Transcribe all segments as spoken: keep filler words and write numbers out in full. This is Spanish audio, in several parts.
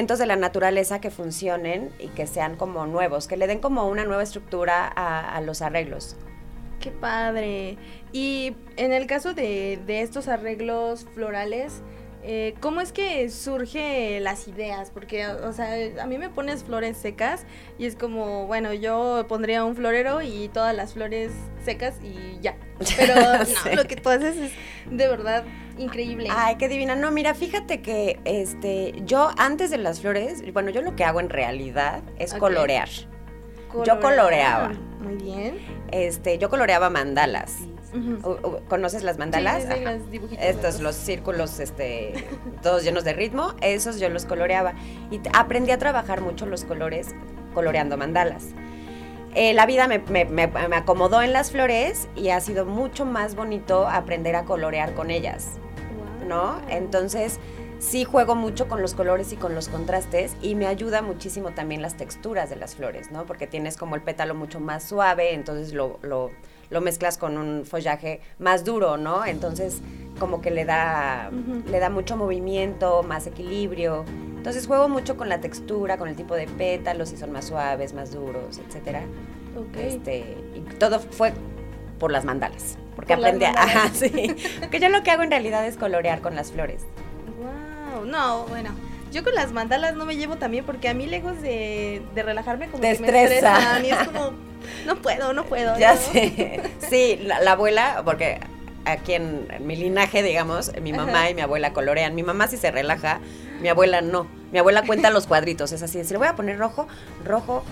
elementos de la naturaleza que funcionen y que sean como nuevos, que le den como una nueva estructura a, a los arreglos. ¡Qué padre! Y en el caso de, de estos arreglos florales, eh, ¿cómo es que surge las ideas? Porque, o sea, a mí me pones flores secas y es como, bueno, yo pondría un florero y todas las flores secas y ya. Pero no, sí. Lo que tú haces es de verdad increíble. Ay, qué divina. No, mira, fíjate que este, yo antes de las flores, bueno, yo lo que hago en realidad es okay. colorear. Colorear. Yo coloreaba. Muy bien. Este, yo coloreaba mandalas. Uh-huh. ¿Conoces las mandalas? Sí, sí, sí, los dibujitos. Estos, los círculos, este, todos llenos de ritmo, esos yo los coloreaba. Y t- aprendí a trabajar mucho los colores coloreando mandalas. Eh, la vida me, me, me, me acomodó en las flores y ha sido mucho más bonito aprender a colorear con ellas, wow. ¿no? Entonces, sí juego mucho con los colores y con los contrastes y me ayuda muchísimo también las texturas de las flores, ¿no? Porque tienes como el pétalo mucho más suave, entonces lo, lo, lo mezclas con un follaje más duro, ¿no? Entonces, como que le da, uh-huh. le da mucho movimiento, más equilibrio. Entonces juego mucho con la textura, con el tipo de pétalos, si son más suaves, más duros, etcétera. Okay. Este, y todo fue por las mandalas, porque por aprendí, las mandalas. Ajá, sí. Porque yo lo que hago en realidad es colorear con las flores. Wow, no, bueno, yo con las mandalas no me llevo también porque a mí lejos de, de relajarme como Te que estresa. me estresan y es como, no puedo, no puedo. Ya ¿no? sé, sí, la, la abuela, porque aquí en, en mi linaje, digamos, mi mamá Ajá. y mi abuela colorean. Mi mamá sí se relaja, mi abuela no. Mi abuela cuenta los cuadritos, es así, si le voy a poner rojo, rojo,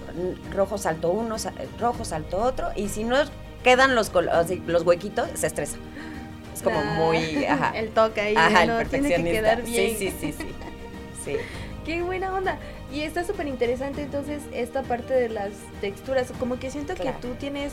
rojo salto uno, sal, rojo salto otro, y si no quedan los, así, los huequitos, se estresa. Es como ah, muy, ajá. El toque ahí, ajá, ¿no? El perfeccionista. Tiene que quedar bien. Sí, sí, sí, sí. sí. Qué buena onda. Y está súper interesante entonces esta parte de las texturas, como que siento claro. que tú tienes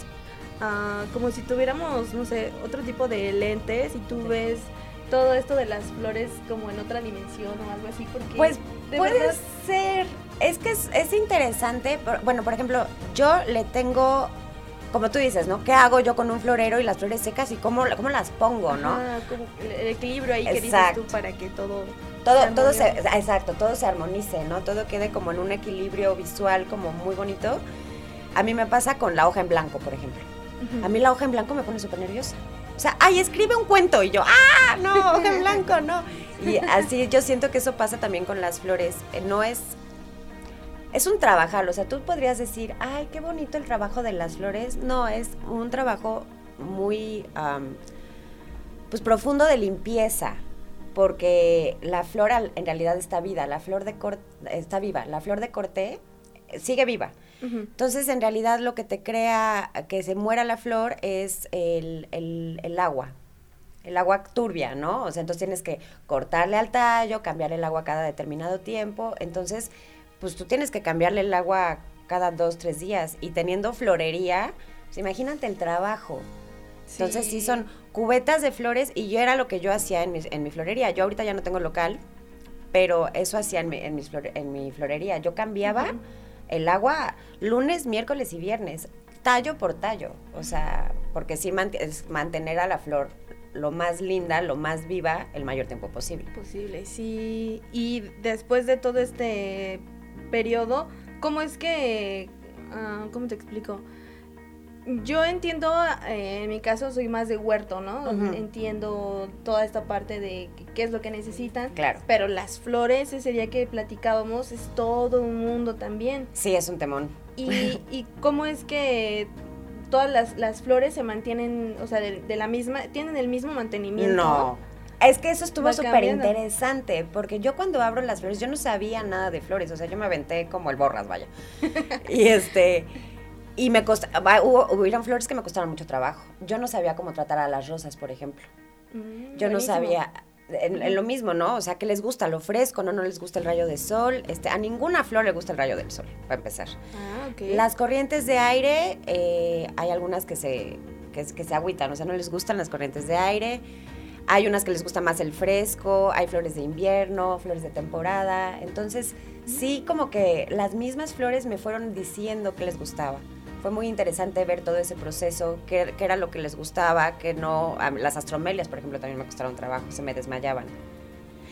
uh, como si tuviéramos, no sé, otro tipo de lentes y tú sí. ves todo esto de las flores como en otra dimensión o algo así, porque pues puede verdad... ser, es que es, es interesante, bueno, por ejemplo, yo le tengo, como tú dices, ¿no? ¿Qué hago yo con un florero y las flores secas y cómo, cómo las pongo, ¿no? Ah, como el equilibrio ahí que dices tú para que todo todo se todo se, exacto, todo se armonice, ¿no? Todo quede como en un equilibrio visual como muy bonito. A mí me pasa con la hoja en blanco, por ejemplo. Uh-huh. A mí la hoja en blanco me pone súper nerviosa. O sea, ay, escribe un cuento. Y yo, ¡ah, no, hoja en blanco, no! Y así yo siento que eso pasa también con las flores. No es... Es un trabajar, o sea, tú podrías decir, ay, qué bonito el trabajo de las flores. No, es un trabajo muy, um, pues, profundo de limpieza. Porque la flor en realidad está viva. La flor de corte está viva. La flor de corte sigue viva. Uh-huh. Entonces, en realidad, lo que te crea que se muera la flor es el, el, el agua, el agua turbia, ¿no? O sea, entonces tienes que cortarle al tallo, cambiarle el agua cada determinado tiempo. Entonces, pues tú tienes que cambiarle el agua cada dos, tres días. Y teniendo florería, pues imagínate el trabajo. Sí. Entonces, sí son cubetas de flores y yo era lo que yo hacía en mi, en mi florería. Yo ahorita ya no tengo local, pero eso hacía en mi, en mis flore, en mi florería. Yo cambiaba... Uh-huh. El agua lunes, miércoles y viernes, tallo por tallo, o sea, porque sí mant- es mantener a la flor lo más linda, lo más viva, el mayor tiempo posible. Posible, sí. Y después de todo este periodo, ¿cómo es que, uh, cómo te explico? Yo entiendo, eh, en mi caso soy más de huerto, ¿no? Uh-huh. Entiendo toda esta parte de qué es lo que necesitan. Claro. Pero las flores, ese día que platicábamos, es todo un mundo también. Sí, es un temón. Y, y cómo es que todas las, las flores se mantienen, o sea, de, de la misma, tienen el mismo mantenimiento. No. Es que eso estuvo súper interesante, porque yo cuando abro las flores, yo no sabía nada de flores, o sea, yo me aventé como el borras, vaya. Y este... Y me costaba, hubo, hubieron flores que me costaron mucho trabajo. Yo no sabía cómo tratar a las rosas, por ejemplo. Mm, yo buenísimo. No sabía, en, en lo mismo, ¿no? O sea, ¿qué les gusta? ¿Lo fresco? ¿No? ¿No les gusta el rayo de sol? Este, a ninguna flor le gusta el rayo del sol, para empezar. Ah, ok. Las corrientes de aire, eh, hay algunas que se, que, que se agüitan, o sea, no les gustan las corrientes de aire. Hay unas que les gusta más el fresco, hay flores de invierno, flores de temporada. Entonces, sí, como que las mismas flores me fueron diciendo qué les gustaba. Fue muy interesante ver todo ese proceso, qué, qué era lo que les gustaba, qué no. Las astromelias, por ejemplo, también me costaron trabajo, se me desmayaban.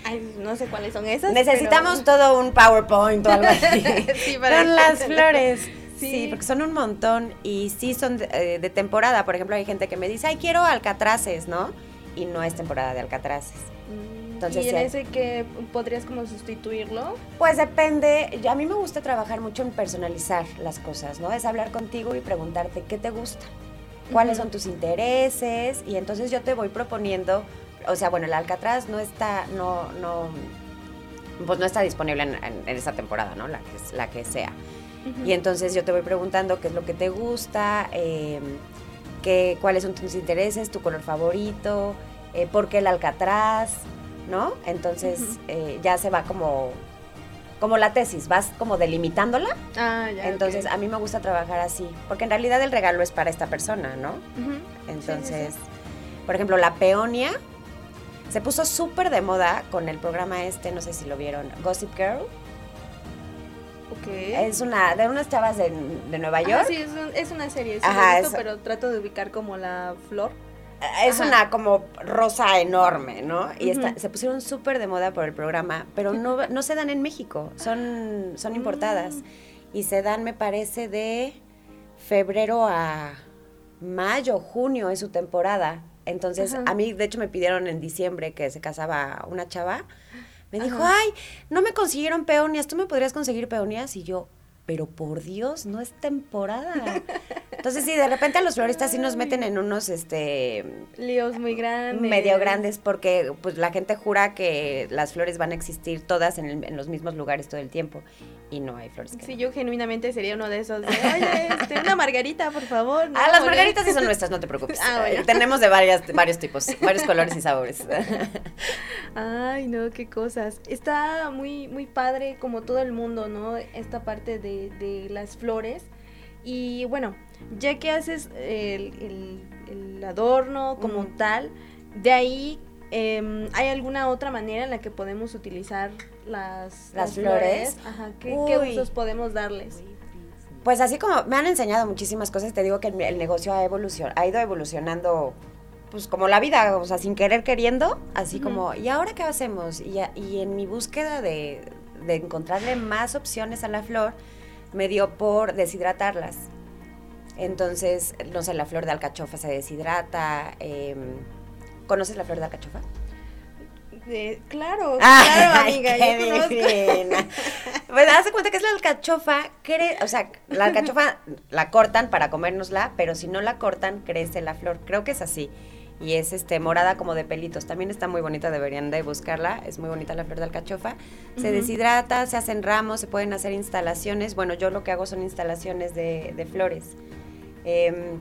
Ay, no sé cuáles son esas. Necesitamos pero... todo un PowerPoint o algo así. Sí, para son las flores. Sí. Sí, porque son un montón y sí son de, eh, de temporada. Por ejemplo, hay gente que me dice, ay, quiero alcatraces, ¿no? Y no es temporada de alcatraces. Entonces, ¿y en ese que podrías como sustituirlo? Pues depende, a mí me gusta trabajar mucho en personalizar las cosas, ¿no? Es hablar contigo y preguntarte qué te gusta, cuáles uh-huh. son tus intereses, y entonces yo te voy proponiendo, o sea, bueno, el alcatraz no está, no, no, pues no está disponible en, en, en esta temporada, ¿no? La que, la que sea. Uh-huh. Y entonces yo te voy preguntando qué es lo que te gusta, eh, qué, cuáles son tus intereses, tu color favorito, eh, por qué el alcatraz, ¿no? Entonces uh-huh. eh, ya se va como como la tesis, vas como delimitándola. Ah, ya. Entonces okay. a mí me gusta trabajar así, porque en realidad el regalo es para esta persona, ¿no? Uh-huh. Entonces, sí, sí, sí. por ejemplo, la peonia se puso súper de moda con el programa este, no sé si lo vieron, Gossip Girl. Okay. Es una, de unas chavas de, de Nueva York. Ah, sí, es, un, es una serie, sí Ajá, lo he visto, es, pero trato de ubicar como la flor. Es Ajá. una como rosa enorme, ¿no? Y uh-huh. está, se pusieron súper de moda por el programa, pero no, no se dan en México, son, son importadas. Mm. Y se dan, me parece, de febrero a mayo, junio es su temporada. Entonces, uh-huh. a mí, de hecho, me pidieron en diciembre que se casaba una chava. Me dijo, uh-huh. ay, no me consiguieron peonias, ¿tú me podrías conseguir peonias? Y yo, pero por Dios, no es temporada. Entonces, sí, de repente a los floristas sí nos meten en unos, este... líos muy grandes. Medio grandes, porque pues la gente jura que las flores van a existir todas en, el, en los mismos lugares todo el tiempo. Y no hay flores que Sí, no. Yo genuinamente sería uno de esos de, oye, este, una margarita, por favor. ¿no? Ah, las margaritas sí son nuestras, no te preocupes. Ah, bueno. Tenemos de varias, varios tipos, varios colores y sabores. Ay, no, qué cosas. Está muy, muy padre como todo el mundo, ¿no? Esta parte de, de las flores. Y bueno, ya que haces el, el, el adorno como mm. tal, de ahí, eh, ¿hay alguna otra manera en la que podemos utilizar las, las, las flores? flores? Ajá, ¿qué, ¿qué usos podemos darles? Pues así como me han enseñado muchísimas cosas, te digo que el, el negocio ha, evolucion, ha ido evolucionando, pues como la vida, o sea, sin querer queriendo, así uh-huh. como, ¿y ahora qué hacemos? Y, y en mi búsqueda de, de encontrarle más opciones a la flor, me dio por deshidratarlas. Entonces, no sé, la flor de alcachofa se deshidrata. Eh, ¿Conoces la flor de alcachofa? De, claro, ah, claro, amiga, qué yo divina. Pues haz de cuenta que es la alcachofa, cre- o sea, la alcachofa la cortan para comérnosla, pero si no la cortan, crece la flor. Creo que es así. Y es este morada como de pelitos. También está muy bonita, deberían de buscarla. Es muy bonita la flor de alcachofa. Se uh-huh. deshidrata, se hacen ramos, se pueden hacer instalaciones. Bueno, yo lo que hago son instalaciones de, de flores. Eh,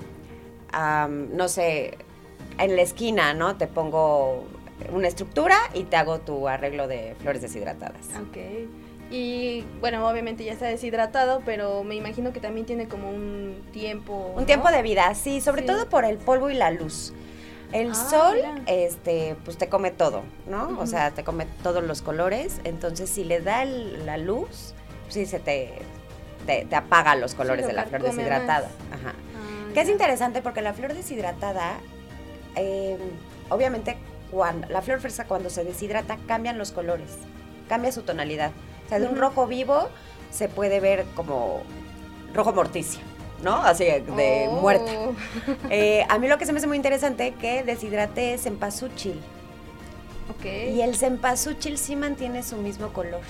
um, no sé, en la esquina, ¿no? Te pongo una estructura y te hago tu arreglo de flores deshidratadas. Ok. Y bueno, obviamente ya está deshidratado, pero me imagino que también tiene como un tiempo, Un ¿no? tiempo de vida, sí, sobre sí. todo por el polvo y la luz. El ah, sol, mira. este, pues te come todo, ¿no? Uh-huh. O sea, te come todos los colores. Entonces, si le da el, la luz, pues sí se te, te, te apaga los colores sí, de la flor deshidratada. Más. Ajá. Ah, que ya. Es interesante porque la flor deshidratada, eh, obviamente, cuando la flor fresa cuando se deshidrata cambian los colores, cambia su tonalidad. O sea, de un uh-huh. rojo vivo se puede ver como rojo morticia, ¿no? Así de oh. muerte. Eh, a mí lo que se me hace muy interesante que deshidrate cempasúchil. Ok. Y el cempasúchil sí mantiene su mismo color.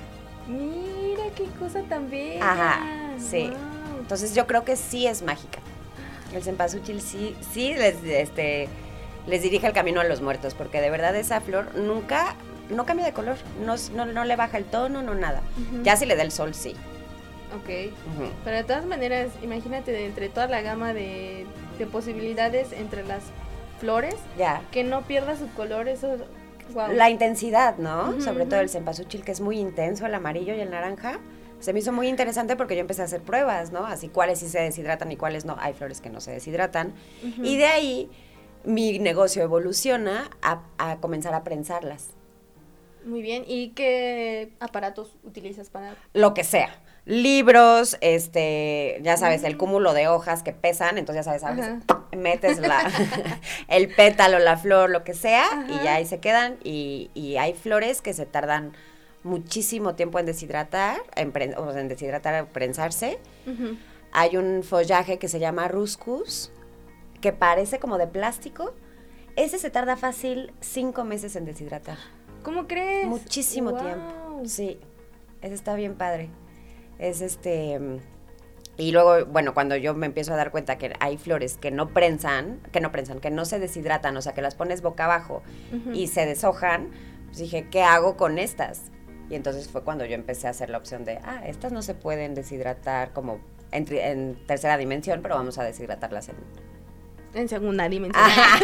Mira qué cosa tan bella. Ajá, sí. Wow. Entonces yo creo que sí es mágica. El cempasúchil sí, sí les, este, les dirige el camino a los muertos, porque de verdad esa flor nunca, no cambia de color, no, no, no le baja el tono, no nada. Uh-huh. Ya si le da el sol, sí. Ok, uh-huh. Pero de todas maneras, imagínate de entre toda la gama de, de posibilidades entre las flores, ya. que no pierda su color, eso, wow. La intensidad, ¿no? Uh-huh, Sobre uh-huh. todo el cempasúchil, que es muy intenso, el amarillo y el naranja, se me hizo muy interesante porque yo empecé a hacer pruebas, ¿no? Así cuáles sí se deshidratan y cuáles no, hay flores que no se deshidratan, uh-huh. y de ahí mi negocio evoluciona a, a comenzar a prensarlas. Muy bien, ¿y qué aparatos utilizas para...? Lo que sea. libros, este, ya sabes, el cúmulo de hojas que pesan, entonces ya sabes, a veces metes la, el pétalo, la flor, lo que sea, Ajá. y ya ahí se quedan, y, y hay flores que se tardan muchísimo tiempo en deshidratar, en, pre, o sea, en deshidratar, prensarse. Uh-huh. Hay un follaje que se llama ruscus, que parece como de plástico, ese se tarda fácil cinco meses en deshidratar. ¿Cómo crees? Muchísimo wow. tiempo, sí, ese está bien padre. Es este, y luego, bueno, cuando yo me empiezo a dar cuenta que hay flores que no prensan, que no prensan, que no se deshidratan, o sea, que las pones boca abajo uh-huh. y se deshojan, pues dije, ¿qué hago con estas? Y entonces fue cuando yo empecé a hacer la opción de, ah, estas no se pueden deshidratar como en, en tercera dimensión, pero vamos a deshidratarlas en... En segunda dimensión.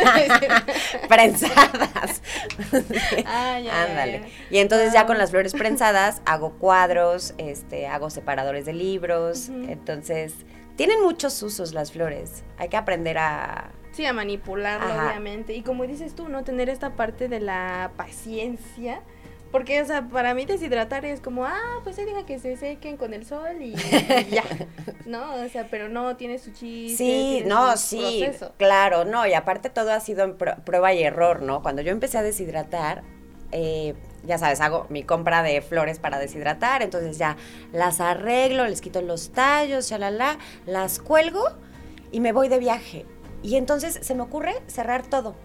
Prensadas. Ah, ya, Ándale. ya. Y entonces wow. ya con las flores prensadas hago cuadros, este, hago separadores de libros. Uh-huh. Entonces, tienen muchos usos las flores. Hay que aprender a... Sí, a manipularlo, Ajá. obviamente. Y como dices tú, ¿no? Tener esta parte de la paciencia. Porque, o sea, para mí deshidratar es como, ah, pues se diga que se sequen con el sol y, y ya, ¿no? O sea, pero no, tiene su chiste, Sí, tiene no, su sí, proceso. Claro, no, y aparte todo ha sido en pr- prueba y error, ¿no? Cuando yo empecé a deshidratar, eh, ya sabes, hago mi compra de flores para deshidratar, entonces ya las arreglo, les quito los tallos, shalala, las cuelgo y me voy de viaje. Y entonces se me ocurre cerrar todo.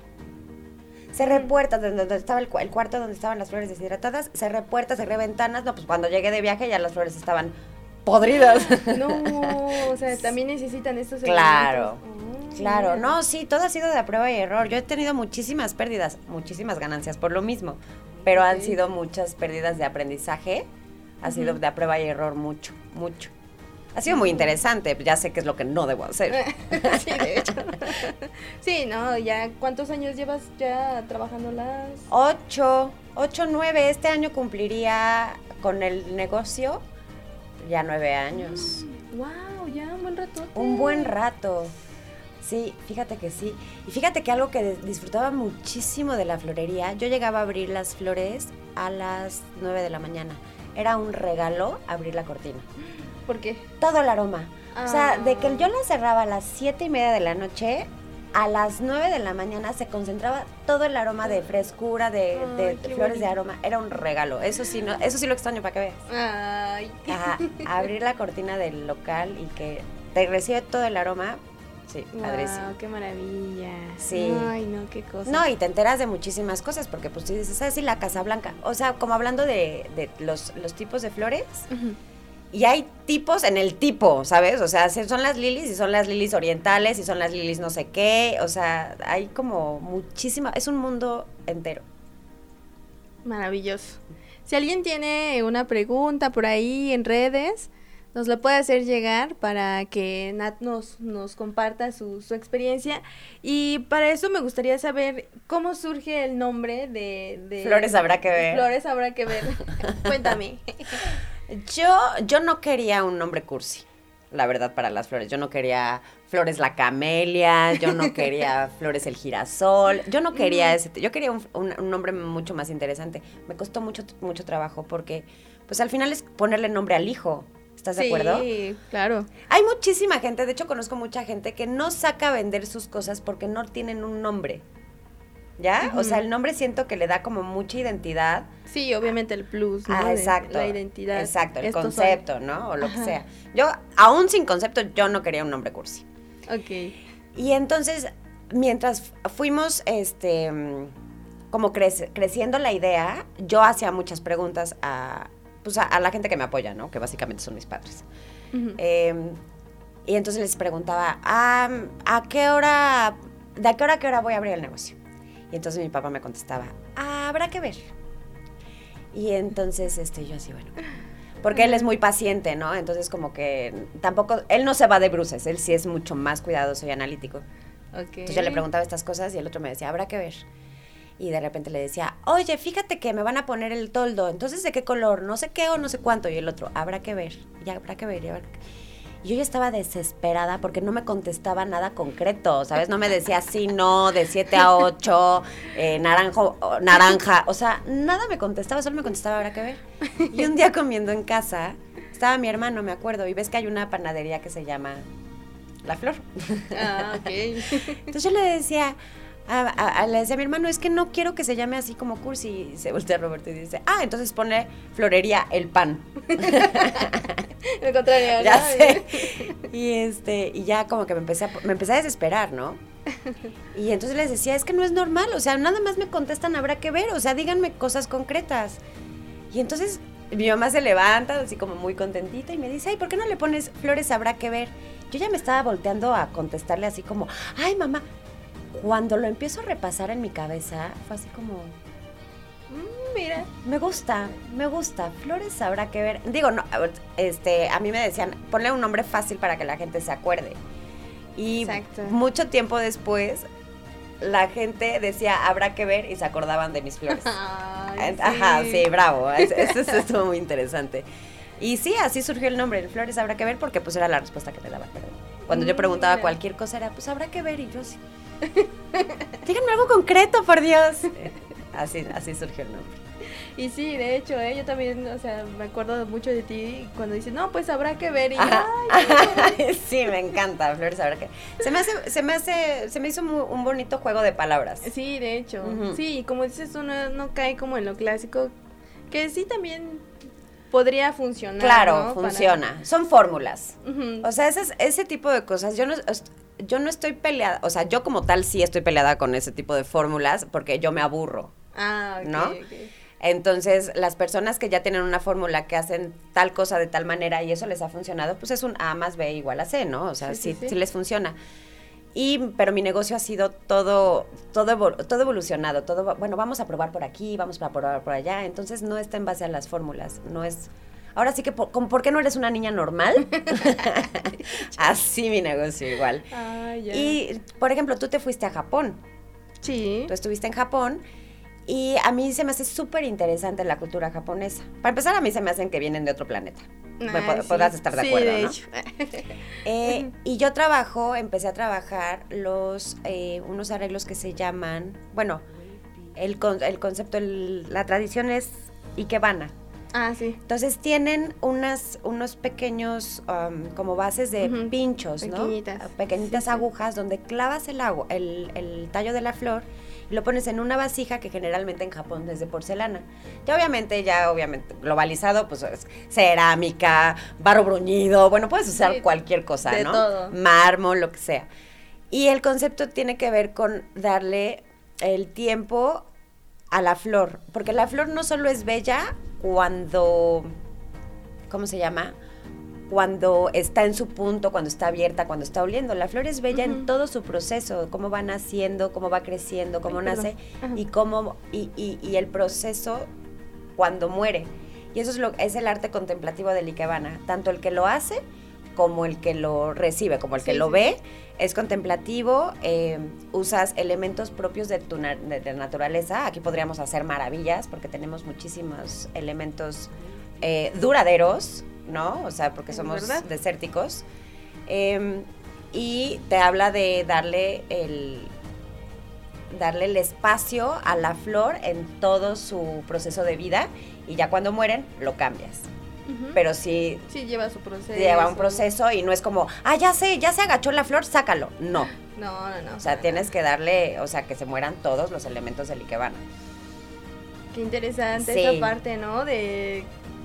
Cerré puertas donde, donde estaba el, el cuarto donde estaban las flores deshidratadas, cerré puertas, cerré ventanas, no, pues cuando llegué de viaje ya las flores estaban podridas. No, o sea, también necesitan estos Claro, elementos. Oh, claro, mira. no, sí, todo ha sido de prueba y error. Yo he tenido muchísimas pérdidas, muchísimas ganancias por lo mismo, pero okay. han sido muchas pérdidas de aprendizaje, ha uh-huh. sido de prueba y error mucho, mucho. Ha sido muy interesante, ya sé qué es lo que no debo hacer. Sí, de hecho. Sí, no, ya, ¿cuántos años llevas ya trabajando las? Ocho, ocho, nueve, este año cumpliría con el negocio ya nueve años. Wow, ya un buen rato. Un buen rato, sí, fíjate que sí. Y fíjate que algo que disfrutaba muchísimo de la florería, yo llegaba a abrir las flores a las nueve de la mañana. Era un regalo abrir la cortina. ¿Por qué? Todo el aroma. Ah. O sea, de que yo la cerraba a las siete y media de la noche, a las nueve de la mañana se concentraba todo el aroma de frescura, de, Ay, de flores bonito. De aroma. Era un regalo. Eso sí, no, eso sí lo extraño para que veas. Ay. Ajá, abrir la cortina del local y que te recibe todo el aroma. Sí, wow, padrísimo. Qué maravilla. Sí. Ay, no, qué cosa. No, y te enteras de muchísimas cosas, porque pues tú dices, ¿sabes? Sí, la Casa Blanca. O sea, como hablando de, de los, los tipos de flores. Uh-huh. Y hay tipos en el tipo, ¿sabes? O sea, son las lilies y son las lilies orientales y son las lilies no sé qué. O sea, hay como muchísima... Es un mundo entero. Maravilloso. Si alguien tiene una pregunta por ahí en redes, nos la puede hacer llegar para que Nat nos, nos comparta su, su experiencia. Y para eso me gustaría saber cómo surge el nombre de... de Flores habrá que ver. Flores habrá que ver. Cuéntame. Yo, yo no quería un nombre cursi, la verdad, para las flores. Yo no quería Flores la Camelia, yo no quería Flores el Girasol, yo no quería ese, yo quería un, un, un nombre mucho más interesante. Me costó mucho, mucho trabajo porque, pues al final es ponerle nombre al hijo. ¿Estás de sí, acuerdo? Sí, claro. Hay muchísima gente, de hecho conozco mucha gente que no saca a vender sus cosas porque no tienen un nombre. ¿Ya? Uh-huh. O sea, el nombre siento que le da como mucha identidad. Sí, obviamente el plus, ¿no? Ah, exacto. La identidad. Exacto, el Estos concepto, son... ¿no? O lo Ajá. que sea. Yo, aún sin concepto, yo no quería un nombre cursi. Ok. Y entonces, mientras fuimos, este, como crece, creciendo la idea, yo hacía muchas preguntas a, pues a, a la gente que me apoya, ¿no? Que básicamente son mis padres. Uh-huh. Eh, y entonces les preguntaba, ah, ¿a qué hora, de a qué hora a qué hora voy a abrir el negocio? Y entonces mi papá me contestaba, ah, habrá que ver. Y entonces este, yo así, bueno, porque él es muy paciente, ¿no? Entonces como que tampoco, él no se va de bruces, él sí es mucho más cuidadoso y analítico. Okay. Entonces yo le preguntaba estas cosas y el otro me decía, habrá que ver. Y de repente le decía, oye, fíjate que me van a poner el toldo, entonces ¿de qué color? No sé qué o no sé cuánto. Y el otro, habrá que ver, ya habrá que ver, ya habrá que... Y yo ya estaba desesperada porque no me contestaba nada concreto, ¿sabes? No me decía sí, no, de siete a ocho, eh, naranjo, naranja. O sea, nada me contestaba, solo me contestaba, habrá que ver. Y un día comiendo en casa, estaba mi hermano, me acuerdo, y ves que hay una panadería que se llama La Flor. Ah, ok. Entonces yo le decía, a, a, a, le decía a mi hermano, es que no quiero que se llame así como cursi. Y se voltea a Roberto y dice, ah, entonces pone Florería El Pan. Lo contrario, ya ¿no? sé. Y este, y ya como que me empecé a, me empecé a desesperar, ¿no? Y entonces les decía, es que no es normal, o sea, nada más me contestan, habrá que ver, o sea, díganme cosas concretas. Y entonces mi mamá se levanta así como muy contentita y me dice, ay, ¿por qué no le pones Flores habrá que ver? Yo ya me estaba volteando a contestarle así como, ay, mamá. Cuando lo empiezo a repasar en mi cabeza, fue así como, mm, mira, me gusta, me gusta, Flores habrá que ver. Digo, no, este, a mí me decían, ponle un nombre fácil para que la gente se acuerde. Y exacto, mucho tiempo después, la gente decía, habrá que ver, y se acordaban de mis flores. Ay, Ajá, sí, sí bravo, eso, eso estuvo muy interesante. Y sí, así surgió el nombre, el Flores habrá que ver, porque pues era la respuesta que me daba, pero cuando yo preguntaba Mira. cualquier cosa era, pues habrá que ver, y yo sí. Díganme algo concreto, por Dios. Así, así surgió el nombre. Y sí, de hecho, ¿eh? Yo también, o sea, me acuerdo mucho de ti cuando dices, no, pues habrá que ver. Y ay, sí, me encanta, Flores habrá que. Se me hace, se me hace, se me hizo muy, un bonito juego de palabras. Sí, de hecho. Uh-huh. Sí, como dices, uno no cae como en lo clásico, que sí también podría funcionar. Claro, ¿no? funciona. Para... Son fórmulas. Uh-huh. O sea, ese, ese tipo de cosas, yo no... Yo no estoy peleada, o sea, yo como tal sí estoy peleada con ese tipo de fórmulas porque yo me aburro. Ah, ok, ¿no? ok. Entonces, las personas que ya tienen una fórmula que hacen tal cosa de tal manera y eso les ha funcionado, pues es un A más B igual a C, ¿no? O sea, sí, sí, sí. sí les funciona. Y, pero mi negocio ha sido todo, todo, todo evolucionado, todo, bueno, vamos a probar por aquí, vamos a probar por allá, entonces no está en base a las fórmulas, no es... Ahora sí que, por, ¿por qué no eres una niña normal? Así mi negocio igual. Ah, ya. Y, por ejemplo, tú te fuiste a Japón. Sí. Tú estuviste en Japón y a mí se me hace súper interesante la cultura japonesa. Para empezar, a mí se me hacen que vienen de otro planeta. Ah, Podrás sí. estar de sí, acuerdo, de ¿no? hecho. eh, y yo trabajo, empecé a trabajar los eh, unos arreglos que se llaman, bueno, el, con, el concepto, el, la tradición es ikebana. Ah, sí. Entonces tienen unas, unos pequeños um, como bases de uh-huh. pinchos, Pequeñitas. ¿no? Pequeñitas sí, agujas sí. donde clavas el agua, el, el tallo de la flor y lo pones en una vasija que generalmente en Japón es de porcelana. Ya obviamente, ya obviamente globalizado, pues es cerámica, barro bruñido, bueno, puedes usar sí, cualquier cosa, de ¿no? todo. Mármol, lo que sea. Y el concepto tiene que ver con darle el tiempo a la flor, porque la flor no solo es bella cuando, ¿cómo se llama? Cuando está en su punto, cuando está abierta, cuando está oliendo. La flor es bella uh-huh. en todo su proceso, cómo va naciendo, cómo va creciendo, cómo Ay, nace uh-huh. y cómo y, y, y el proceso cuando muere. Y eso es lo es el arte contemplativo del ikebana, tanto el que lo hace como el que lo recibe, como el que sí, lo sí. ve, es contemplativo, eh, usas elementos propios de tu na- de, de naturaleza. Aquí podríamos hacer maravillas porque tenemos muchísimos elementos eh, duraderos, ¿no? O sea, porque somos ¿verdad? desérticos. Eh, y te habla de darle el, darle el espacio a la flor en todo su proceso de vida y ya cuando mueren lo cambias. Uh-huh. Pero sí, sí lleva su proceso. Lleva un proceso y no es como, ah, ya sé, ya se agachó la flor, sácalo. No. No, no, no. O sea, tienes nada. que darle, o sea, que se mueran todos los elementos del ikebana. Qué interesante sí. esa parte, ¿no? De...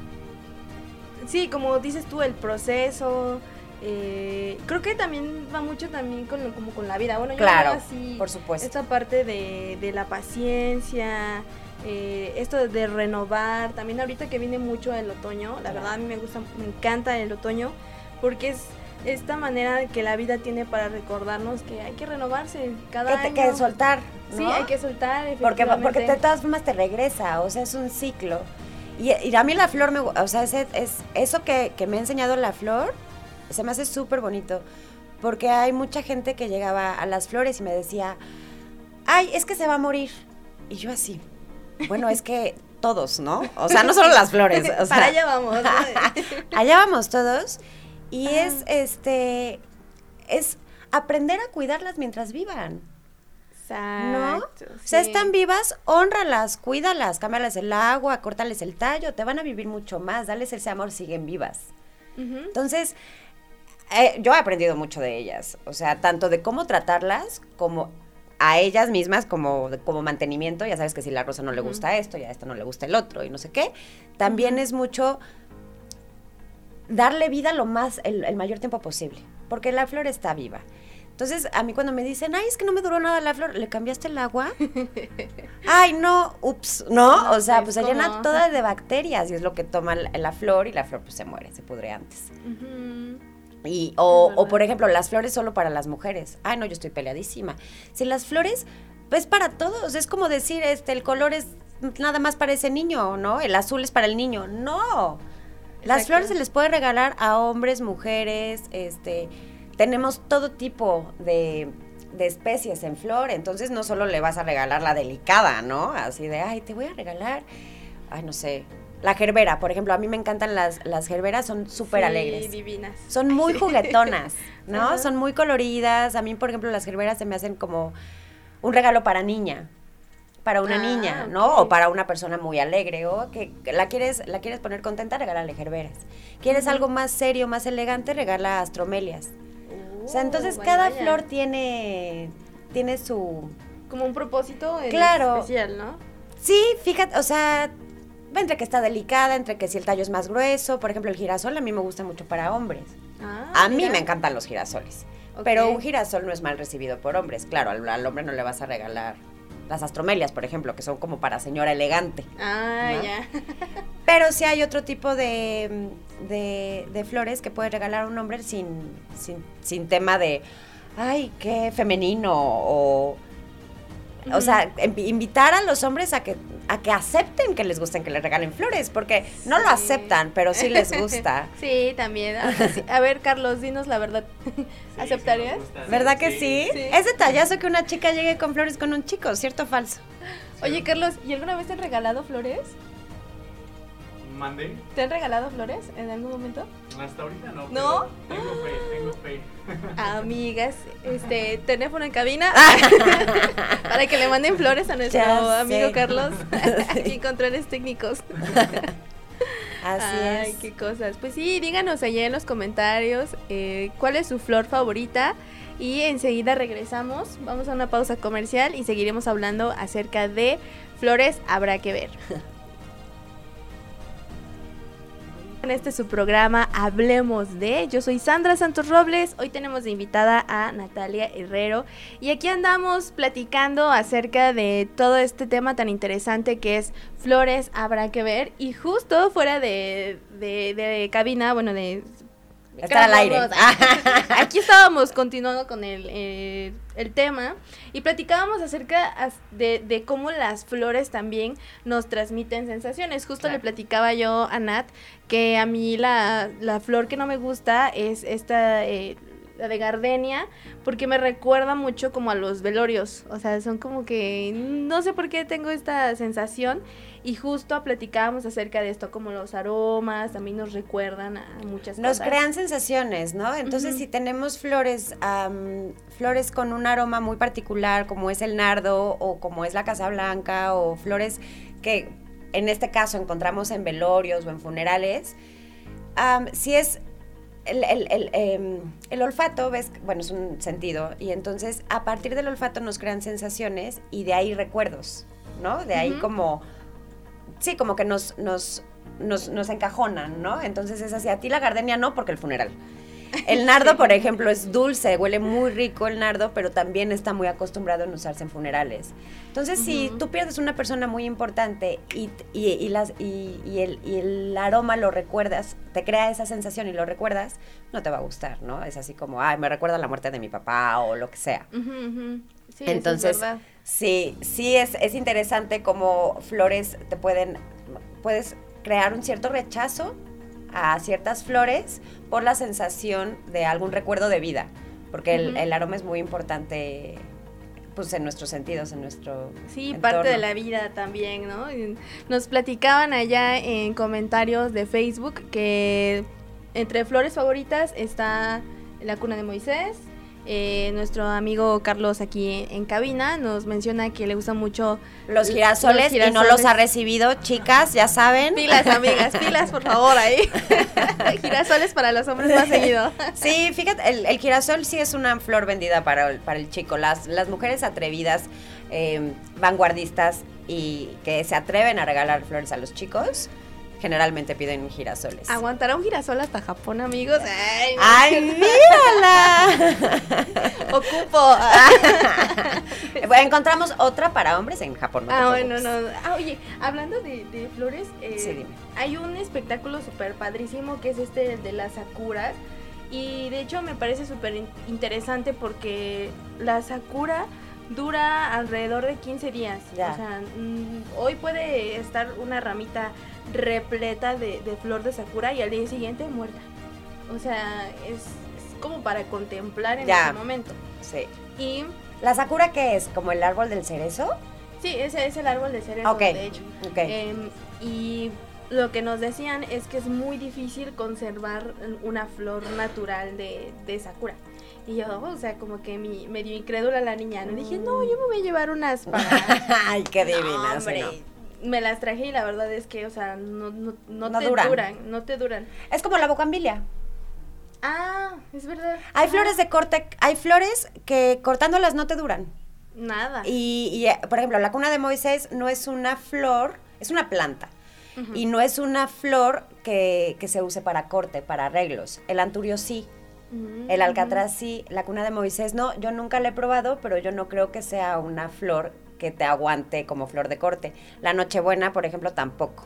Sí, como dices tú, el proceso. Eh, creo que también va mucho también con como con la vida. Bueno, yo claro, veo así, por supuesto. Esta parte de, de la paciencia. Eh, esto de, de renovar, también ahorita que viene mucho el otoño, la verdad a mí me gusta, me encanta el otoño, porque es esta manera que la vida tiene para recordarnos que hay que renovarse cada que año. Que soltar, ¿no? Sí, hay que soltar, porque Porque de todas formas te regresa, o sea, es un ciclo. Y, y a mí la flor, me, o sea, es, es, eso que, que me ha enseñado la flor, se me hace súper bonito, porque hay mucha gente que llegaba a las flores y me decía, ay, es que se va a morir, y yo así... Bueno, es que todos, ¿no? O sea, no solo las flores. O sea, para allá vamos. ¿no? Allá vamos todos. Y ah. es, este, es aprender a cuidarlas mientras vivan. Exacto. ¿No? Sí. O sea, están vivas, hónralas, cuídalas, cámbiales el agua, córtales el tallo, te van a vivir mucho más, dales ese amor, siguen vivas. Uh-huh. Entonces, eh, yo he aprendido mucho de ellas, o sea, tanto de cómo tratarlas como a ellas mismas como, como mantenimiento. Ya sabes que si la rosa no le gusta uh-huh. esto, ya a esta no le gusta el otro y no sé qué. También uh-huh. es mucho darle vida lo más, el, el mayor tiempo posible, porque la flor está viva. Entonces, a mí cuando me dicen, ay, es que no me duró nada la flor, ¿le cambiaste el agua? Ay, no, ups, ¿no? O sea, pues se llena toda de bacterias y es lo que toma la, la flor y la flor pues se muere, se pudre antes. Uh-huh. Y, o, o, por ejemplo, las flores solo para las mujeres. Ay, no, yo estoy peleadísima. Si las flores, pues para todos, es como decir, este, el color es nada más para ese niño, ¿no? El azul es para el niño. No, Exacto. Las flores se les puede regalar a hombres, mujeres, este, tenemos todo tipo de, de especies en flor, entonces no solo le vas a regalar la delicada, ¿no? Así de, ay, te voy a regalar, ay, no sé... La gerbera, por ejemplo, a mí me encantan las, las gerberas, son súper sí, alegres. Divinas. Son muy sí. juguetonas, ¿no? Uh-huh. Son muy coloridas. A mí, por ejemplo, las gerberas se me hacen como un regalo para niña, para una ah, niña, ¿no? Okay. O para una persona muy alegre, o que la quieres, la quieres poner contenta, regálale gerberas. ¿Quieres uh-huh. algo más serio, más elegante? Regala astromelias. Uh, o sea, entonces vaya, cada vaya. flor tiene, tiene su... Como un propósito claro. especial, ¿no? Sí, fíjate, o sea... entre que está delicada, entre que si el tallo es más grueso. Por ejemplo, el girasol a mí me gusta mucho para hombres. Ah, a mira. mí me encantan los girasoles. Okay. Pero un girasol no es mal recibido por hombres. Claro, al, al hombre no le vas a regalar las astromelias, por ejemplo, que son como para señora elegante. Ah, ¿no? ya. Pero sí hay otro tipo de, de, de flores que puedes regalar a un hombre sin, sin, sin tema de, ay, qué femenino, o... O sea, invitar a los hombres a que a que acepten que les gusten que les regalen flores, porque no sí. lo aceptan, pero sí les gusta. Sí, también. O sea, sí. A ver, Carlos, dinos la verdad. Sí, ¿aceptarías? Sí ¿Verdad que sí? sí? Es detallazo que una chica llegue con flores con un chico, ¿cierto o falso? Sí. Oye, Carlos, ¿y alguna vez te han regalado flores? ¿Mandé? ¿Te han regalado flores en algún momento? Hasta ahorita no. ¿No? Tengo fe, tengo fe. Amigas, este, teléfono en cabina para que le manden flores a nuestro ya amigo sé. Carlos y controles técnicos. Así Ay, es. qué cosas. Pues sí, díganos allá en los comentarios eh, cuál es su flor favorita y enseguida regresamos. Vamos a una pausa comercial y seguiremos hablando acerca de flores habrá que ver. En este es su programa Hablemos de. Yo soy Sandra Santos Robles. Hoy tenemos de invitada a Natalia Herrero y aquí andamos platicando acerca de todo este tema tan interesante que es flores habrá que ver. Y justo fuera de, de, de cabina, bueno, de... Estar al aire. Aquí estábamos continuando con el, eh, el tema y platicábamos acerca de, de cómo las flores también nos transmiten sensaciones. Justo claro. le platicaba yo a Nat que a mí la, la flor que no me gusta es esta, eh, la de gardenia, porque me recuerda mucho como a los velorios. O sea, son como que no sé por qué tengo esta sensación. Y justo platicábamos acerca de esto, como los aromas también nos recuerdan a muchas nos cosas. Nos crean sensaciones, ¿no? Entonces, uh-huh. si tenemos flores, um, flores con un aroma muy particular, como es el nardo, o como es la casablanca, o flores que en este caso encontramos en velorios o en funerales, um, si es el, el, el, el, el olfato, ves, bueno, es un sentido, y entonces a partir del olfato nos crean sensaciones y de ahí recuerdos, ¿no? De ahí uh-huh. como... Sí, como que nos, nos, nos, nos encajonan, ¿no? Entonces es así, a ti la gardenia no, porque el funeral. El nardo, por ejemplo, es dulce, huele muy rico el nardo, pero también está muy acostumbrado en usarse en funerales. Entonces, uh-huh. si tú pierdes una persona muy importante y, y, y, las, y, y, el, y el aroma lo recuerdas, te crea esa sensación y lo recuerdas, no te va a gustar, ¿no? Es así como, ay, me recuerda la muerte de mi papá o lo que sea. Uh-huh, uh-huh. Sí, entonces, eso es verdad. sí, sí es, es interesante cómo flores te pueden, puedes crear un cierto rechazo a ciertas flores por la sensación de algún recuerdo de vida, porque uh-huh. el, el aroma es muy importante, pues en nuestros sentidos, en nuestro sí, entorno. Parte de la vida también, ¿no? Nos platicaban allá en comentarios de Facebook que entre flores favoritas está la cuna de Moisés, Eh, nuestro amigo Carlos aquí en cabina nos menciona que le gusta mucho los girasoles, los girasoles. Y no los ha recibido, chicas, ya saben. Pilas, amigas, pilas, por favor, ahí. Girasoles para los hombres más seguido. Sí, fíjate, el, el girasol sí es una flor vendida para el, para el chico. Las, las mujeres atrevidas, eh, vanguardistas y que se atreven a regalar flores a los chicos, generalmente piden girasoles. ¿Aguantará un girasol hasta Japón, amigos? ¡Ay, ¡Ay mírala! Ocupo. Bueno, encontramos otra para hombres en Japón. No ah, bueno, no. Ah, oye, hablando de, de flores, eh, sí, dime. Hay un espectáculo súper padrísimo que es este de las sakuras. Y de hecho me parece súper interesante porque la sakura dura alrededor de quince días. Ya. O sea, mmm, hoy puede estar una ramita repleta de, de flor de sakura y al día siguiente muerta. O sea, es, es como para contemplar en ya. ese momento. Sí. Y ¿la sakura qué es? ¿Como el árbol del cerezo? Sí, ese es el árbol de cerezo, okay. de hecho. Okay. Eh, y lo que nos decían es que es muy difícil conservar una flor natural de, de sakura. Y yo, o sea, como que mi, medio incrédula la niña, ¿no? Dije, no, yo me voy a llevar unas para... Ay, qué divina, no, hombre, ¿no? Me las traje y la verdad es que, o sea, no, no, no, no te duran. duran, no te duran. Es como la bugambilia. Ah, es verdad. Hay ah. flores de corte, hay flores que cortándolas no te duran. Nada. Y, y, por ejemplo, la cuna de Moisés no es una flor, es una planta. Uh-huh. Y no es una flor que, que se use para corte, para arreglos. El anturio sí. Uh-huh. El alcatraz sí. La cuna de Moisés no. Yo nunca la he probado, pero yo no creo que sea una flor que te aguante como flor de corte. La Nochebuena, por ejemplo, tampoco.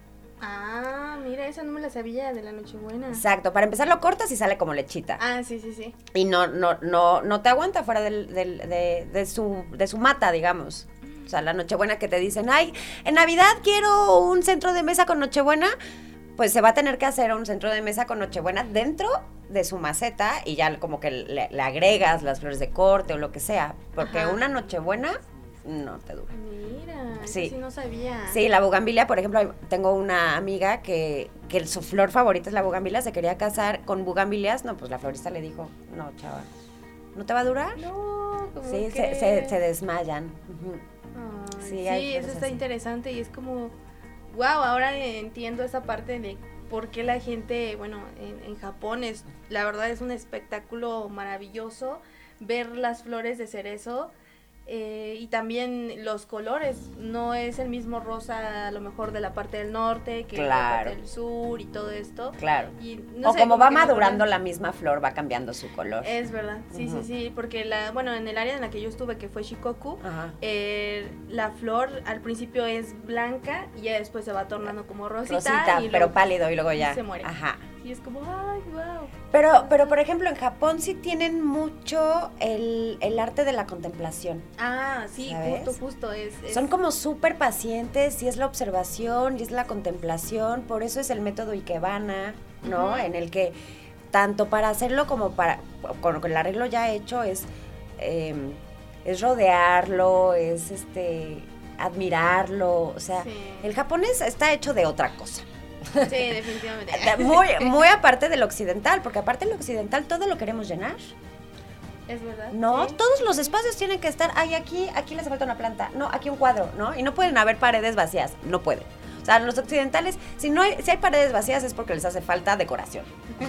Ah, mira, esa no me la sabía de la Nochebuena. Exacto, para empezar lo cortas y sale como lechita. Ah, sí, sí, sí. Y no, no, no, no te aguanta fuera del, del, de, de, su, de su mata, digamos. O sea, la Nochebuena que te dicen, ay, en Navidad quiero un centro de mesa con Nochebuena, pues se va a tener que hacer un centro de mesa con Nochebuena dentro de su maceta y ya como que le, le agregas las flores de corte o lo que sea, porque Ajá. una Nochebuena no te dura. Mira, sí. sí no sabía. Sí, la bugambilia, por ejemplo, tengo una amiga que, que su flor favorita es la bugambilia, se quería casar con bugambilias, no, pues la florista le dijo, no, chava, ¿no te va a durar? No, como Sí, que... se, se, se desmayan. Uh-huh. Ay, sí, sí eso está así. Interesante y es como, wow, ahora entiendo esa parte de por qué la gente, bueno, en, en Japón es, la verdad es un espectáculo maravilloso ver las flores de cerezo. Eh, y también los colores, no es el mismo rosa a lo mejor de la parte del norte que claro. la parte del sur y todo esto. Claro. Y, no o sé, como, como va madurando me... la misma flor, va cambiando su color. Es verdad, sí, uh-huh. sí, sí, porque la, bueno, en el área en la que yo estuve, que fue Shikoku, uh-huh. eh, la flor al principio es blanca y ya después se va tornando como rosita. Rosita, y pero luego, pálido y luego ya. Se muere. Ajá. Y es como, ay, wow. Pero, pero por ejemplo, en Japón sí tienen mucho el, el arte de la contemplación. Ah, sí, ¿sabes? justo, justo. Es, es... Son como súper pacientes y es la observación y es la contemplación. Por eso es el método Ikebana, ¿no? Uh-huh. En el que tanto para hacerlo como para, con el arreglo ya hecho, es, eh, es rodearlo, es este admirarlo. O sea, sí. El japonés está hecho de otra cosa. Sí, definitivamente. Muy, muy aparte del occidental, porque aparte del occidental todo lo queremos llenar. Es verdad. No, sí. Todos los espacios tienen que estar, ay, aquí, aquí les falta una planta, no, aquí un cuadro, ¿no? Y no pueden haber paredes vacías, no pueden. O sea, los occidentales, si no hay, si hay paredes vacías es porque les hace falta decoración.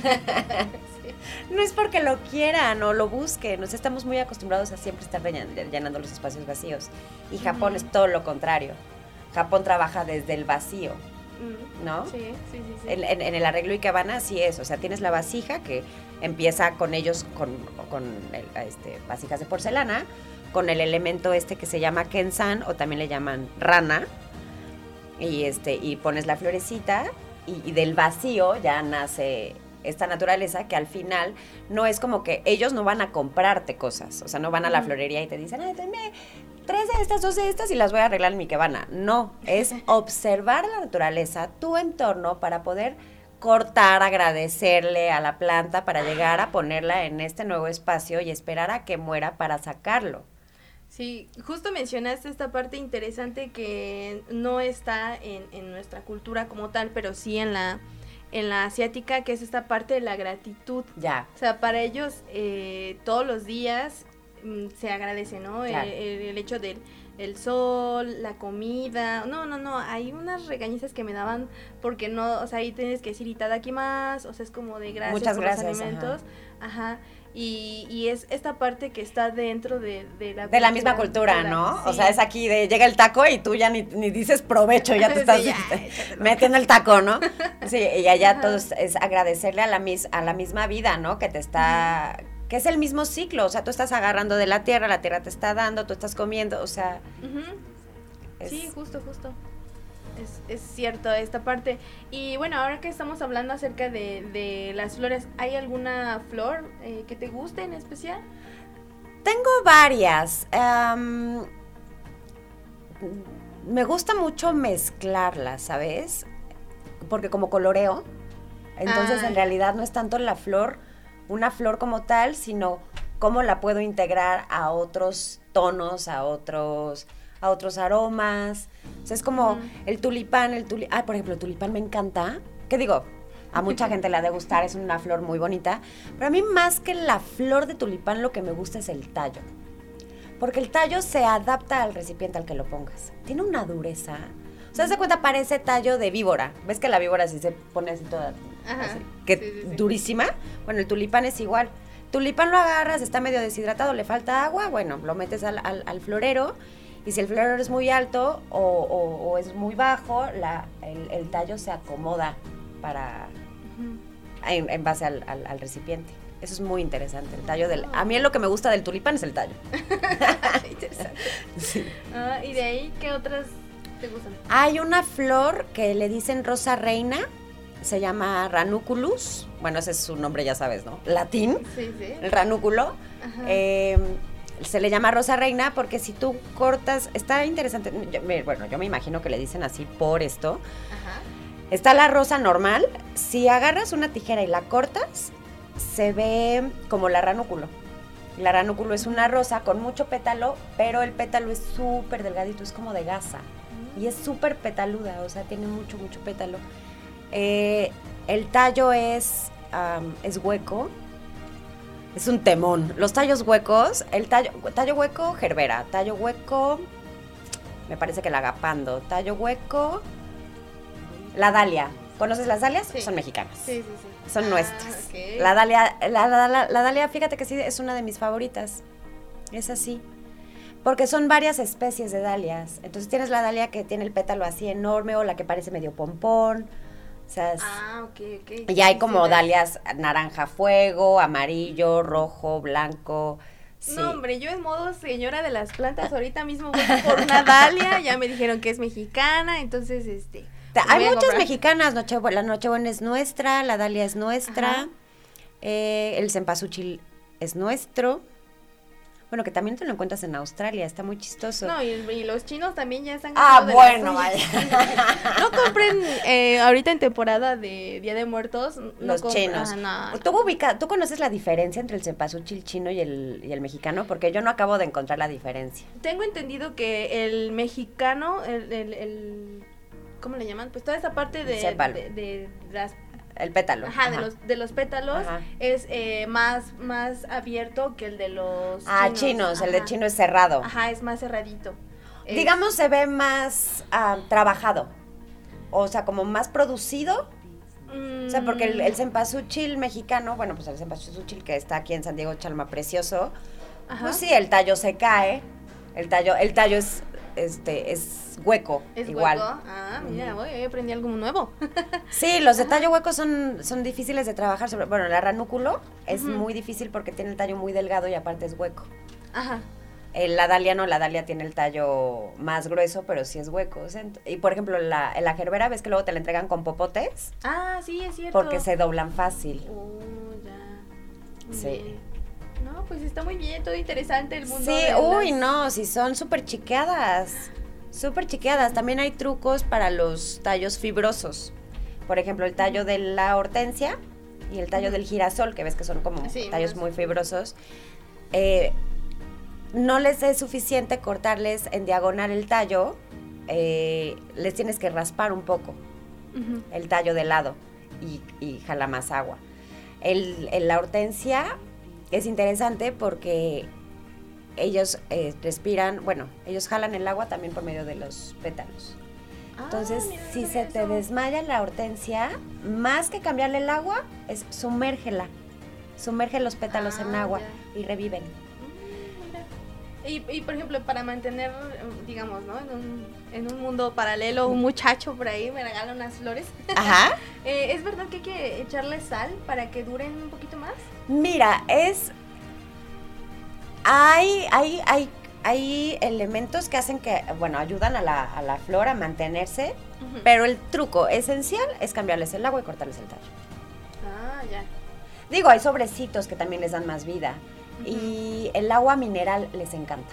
Sí. No es porque lo quieran o lo busquen, o sea, estamos muy acostumbrados a siempre estar llenando los espacios vacíos. Y Japón uh-huh. es todo lo contrario. Japón trabaja desde el vacío. ¿No? Sí, sí, sí. sí. En, en, en el arreglo Ikebana así es, o sea, tienes la vasija que empieza con ellos, con, con el, este, vasijas de porcelana, con el elemento este que se llama Kensan, o también le llaman rana, y, este, y pones la florecita, y, y del vacío ya nace esta naturaleza que al final no es como que ellos no van a comprarte cosas, o sea, no van a la florería y te dicen, ay, dame tres de estas, dos de estas y las voy a arreglar en mi ikebana. No, es observar la naturaleza, tu entorno, para poder cortar, agradecerle a la planta para llegar a ponerla en este nuevo espacio y esperar a que muera para sacarlo. Sí, justo mencionaste esta parte interesante que no está en, en nuestra cultura como tal, pero sí en la en la asiática, que es esta parte de la gratitud. Ya. O sea, para ellos eh, todos los días mm, se agradece, ¿no? Claro. El, el, el hecho del el sol, la comida. No, no, no, hay unas regañizas que me daban porque no, o sea, ahí tienes que decir itadakimasu, o sea, es como de gracias Muchas por gracias, los alimentos. Ajá. Ajá. Y, y es esta parte que está dentro de, de la De la misma cultura, ¿no? Sí. O sea, es aquí de llega el taco y tú ya ni, ni dices provecho, ya te estás sí, ya, este, metiendo el taco, ¿no? Sí, y allá Ajá. todo es, es agradecerle a la, mis, a la misma vida, ¿no? Que te está, uh-huh. que es el mismo ciclo, o sea, tú estás agarrando de la tierra, la tierra te está dando, tú estás comiendo, o sea. Uh-huh. Es... Sí, justo, justo. Es, es cierto esta parte. Y bueno, ahora que estamos hablando acerca de, de las flores, ¿hay alguna flor eh, que te guste en especial? Tengo varias. Um, me gusta mucho mezclarlas, ¿sabes? Porque como coloreo, entonces ah. en realidad no es tanto la flor, una flor como tal, sino cómo la puedo integrar a otros tonos, a otros... a otros aromas, o sea, es como uh-huh. el tulipán, el tulipán, ah, por ejemplo, el tulipán me encanta, ¿qué digo? A mucha gente le ha de gustar, es una flor muy bonita, pero a mí más que la flor de tulipán lo que me gusta es el tallo, porque el tallo se adapta al recipiente al que lo pongas, tiene una dureza, o sea, se cuenta, parece tallo de víbora, ves que la víbora sí se pone así toda, Ajá. así, que sí, sí, sí. durísima, bueno, el tulipán es igual, tulipán lo agarras, está medio deshidratado, le falta agua, bueno, lo metes al, al, al florero. Y si el florero es muy alto o, o, o es muy bajo, la, el, el tallo se acomoda para uh-huh. en, en base al, al, al recipiente. Eso es muy interesante. El tallo del, a mí lo que me gusta del tulipán es el tallo. Interesante. Sí. Uh, ¿Y de ahí qué otras te gustan? Hay una flor que le dicen rosa reina, se llama Ranunculus. Bueno, ese es su nombre, ya sabes, ¿no? Latín. Sí, sí. El ranúnculo. Eh, se le llama rosa reina porque si tú cortas, está interesante, yo, me, bueno, yo me imagino que le dicen así por esto. Ajá. Está la rosa normal, si agarras una tijera y la cortas, se ve como la ranúnculo. La ranúnculo es una rosa con mucho pétalo, pero el pétalo es súper delgadito, es como de gasa. Y es súper petaluda, o sea, tiene mucho, mucho pétalo. Eh, el tallo es, um, es hueco. Es un temón. Los tallos huecos, el tallo, tallo hueco, gerbera. Tallo hueco, me parece que la agapando. Tallo hueco, la dalia. ¿Conoces las dalias? Sí. Son mexicanas. Sí, sí, sí. Son ah, nuestras. Okay. La dalia, la, la, la, la dalia, fíjate que sí, es una de mis favoritas. Es así. Porque son varias especies de dalias. Entonces tienes la dalia que tiene el pétalo así enorme o la que parece medio pompón. O sea, es, ah, ok, ok. y hay como sí, dalias naranja fuego, amarillo, rojo, blanco. Sí. No, hombre, yo en modo señora de las plantas ahorita mismo voy por una dalia, ya me dijeron que es mexicana, entonces este... Pues hay muchas comprar. mexicanas, Nochebuena, la Nochebuena es nuestra, la dalia es nuestra, eh, el cempasúchil es nuestro. Bueno, que también te lo encuentras en Australia, está muy chistoso. No, y, y los chinos también ya están... Ah, bueno, vaya. No compren eh, ahorita en temporada de Día de Muertos. No los compren, chinos. Ah, no. ¿Tú, ubica, ¿Tú conoces la diferencia entre el cempasúchil chino y el, y el mexicano? Porque yo no acabo de encontrar la diferencia. Tengo entendido que el mexicano, el... el, el ¿cómo le llaman? Pues toda esa parte de, de, de las... El pétalo. Ajá, Ajá. De, los, de los pétalos. Ajá. Es eh, más, más abierto que el de los Ah, chinos, chinos el de chino es cerrado. Ajá, es más cerradito. Digamos, es... se ve más uh, trabajado, o sea, como más producido. Mm. O sea, porque el, el cempasúchil mexicano, bueno, pues el cempasúchil que está aquí en San Diego Chalma, precioso, Ajá. pues sí, el tallo se cae, el tallo, el tallo es... Este, es hueco, ¿Es igual. Hueco? Ah, mira, voy, hoy aprendí algo nuevo. Sí, los de tallo hueco son, son difíciles de trabajar. Sobre, bueno, el ranúnculo es uh-huh. muy difícil porque tiene el tallo muy delgado y aparte es hueco. Ajá. El, la dalia no, la dalia tiene el tallo más grueso, pero sí es hueco. O sea, y por ejemplo, la, la gerbera, ¿ves que luego te la entregan con popotes? Ah, sí, es cierto. Porque se doblan fácil. Oh, ya. Muy sí. Bien. No, pues está muy bien, todo interesante el mundo. Sí, de uy, las... no, sí son súper chiqueadas, súper chiqueadas. También hay trucos para los tallos fibrosos. Por ejemplo, el tallo de la hortensia y el tallo uh-huh. del girasol, que ves que son como sí, tallos muy fibrosos. Eh, no les es suficiente cortarles en diagonal el tallo, eh, les tienes que raspar un poco uh-huh. el tallo de lado. y, y jala más agua. El, el, la hortensia es interesante porque ellos eh, respiran, bueno, ellos jalan el agua también por medio de los pétalos. Entonces, ah, mira, si se eso. te desmaya la hortensia, más que cambiarle el agua, es sumérgela. Sumerge los pétalos ah, en agua ya. y reviven. Mm, y, y, por ejemplo, para mantener, digamos, ¿no? En un, en un mundo paralelo, un muchacho por ahí me regala unas flores. Ajá. eh, ¿Es verdad que hay que echarle sal para que duren un poquito más? Mira, es... Hay, hay, hay, hay elementos que hacen que, bueno, ayudan a la, a la flor a mantenerse, uh-huh. pero el truco esencial es cambiarles el agua y cortarles el tallo. Ah, ya. Digo, hay sobrecitos que también les dan más vida. Uh-huh. Y el agua mineral les encanta.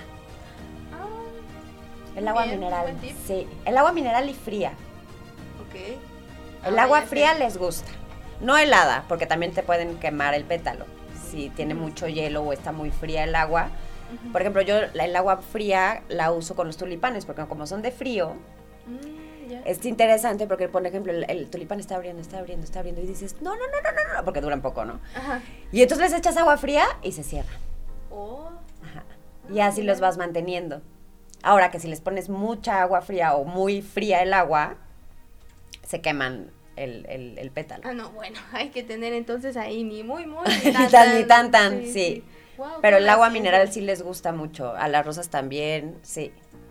Ah, el agua bien, mineral, sí. El agua mineral y fría. Ok. El ah, agua fría sé. les gusta. No helada, porque también te pueden quemar el pétalo. Si tiene uh-huh. mucho hielo o está muy fría el agua. Uh-huh. Por ejemplo, yo la, el agua fría la uso con los tulipanes, porque como son de frío... Uh-huh. Yeah. Es interesante porque, por ejemplo, el, el tulipán está abriendo, está abriendo, está abriendo y dices, no, no, no, no, no, no, porque duran poco, ¿no? Ajá. Y entonces les echas agua fría y se cierran. Oh. Ajá. Y así los vas manteniendo. Ahora que si les pones mucha agua fría o muy fría el agua, se queman el, el, el pétalo. Ah, no, bueno, hay que tener entonces ahí ni muy, muy, ni tan, tan, ni tan, tan, sí. sí. sí. Wow, pero el agua mineral sí les gusta mucho, a las rosas también, sí.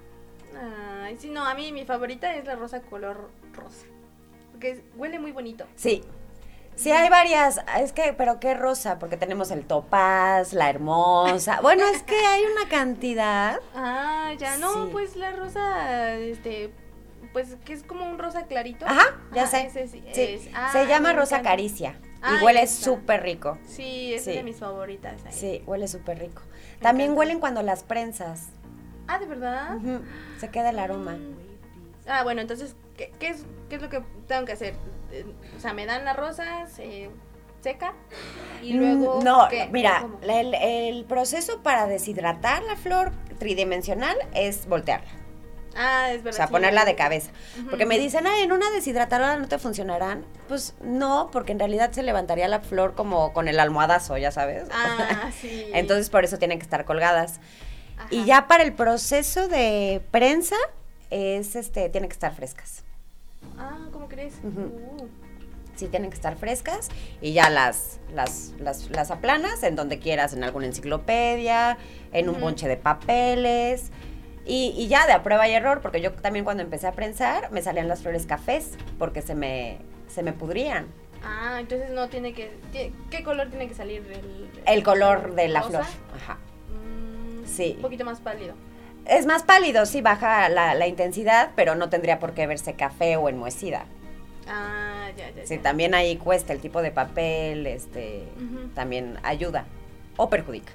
Ay, sí, no, a mí mi favorita es la rosa color rosa, porque es, huele muy bonito. Sí, sí hay varias, es que, pero qué rosa, porque tenemos el topaz, la hermosa, bueno, es que hay una cantidad. Ah, ya, no, sí. Pues la rosa, este, pues que es como un rosa clarito. Ajá, ya ah, sé, ese, sí, es, ah, se llama rosa caricia. Ah, y huele súper rico. Sí, es sí. de mis favoritas. Ahí. Sí, huele súper rico. Me También encanta. Huelen cuando las prensas. Ah, ¿de verdad? Uh-huh. Se queda el aroma. Ah, bueno, entonces, ¿qué, qué, es, ¿qué es lo que tengo que hacer? O sea, me dan la rosa, se seca y luego... No, ¿qué? mira, el, el proceso para deshidratar la flor tridimensional es voltearla. Ah, es verdad. O sea, sí, ponerla sí. de cabeza. Uh-huh. Porque me dicen, ay, en una deshidratadora no te funcionarán. Pues no, porque en realidad se levantaría la flor como con el almohadazo, ya sabes. Ah, sí. Entonces, por eso tienen que estar colgadas. Ajá. Y ya para el proceso de prensa, es este, tienen que estar frescas. Ah, ¿cómo crees? Uh-huh. Uh. Sí, tienen que estar frescas y ya las, las, las, las aplanas en donde quieras, en alguna enciclopedia, en un uh-huh. bonche de papeles. Y, y ya de a prueba y error, porque yo también cuando empecé a prensar me salían las flores cafés porque se me, se me pudrían. Ah, entonces no tiene que... ¿Qué color tiene que salir? El, el color de la rosa? flor. Ajá. Mm, sí. Un poquito más pálido. Es más pálido, sí, baja la, la intensidad, pero no tendría por qué verse café o enmohecida. Ah, ya, ya. Sí, ya. también ahí cuesta el tipo de papel, este, uh-huh. también ayuda o perjudica.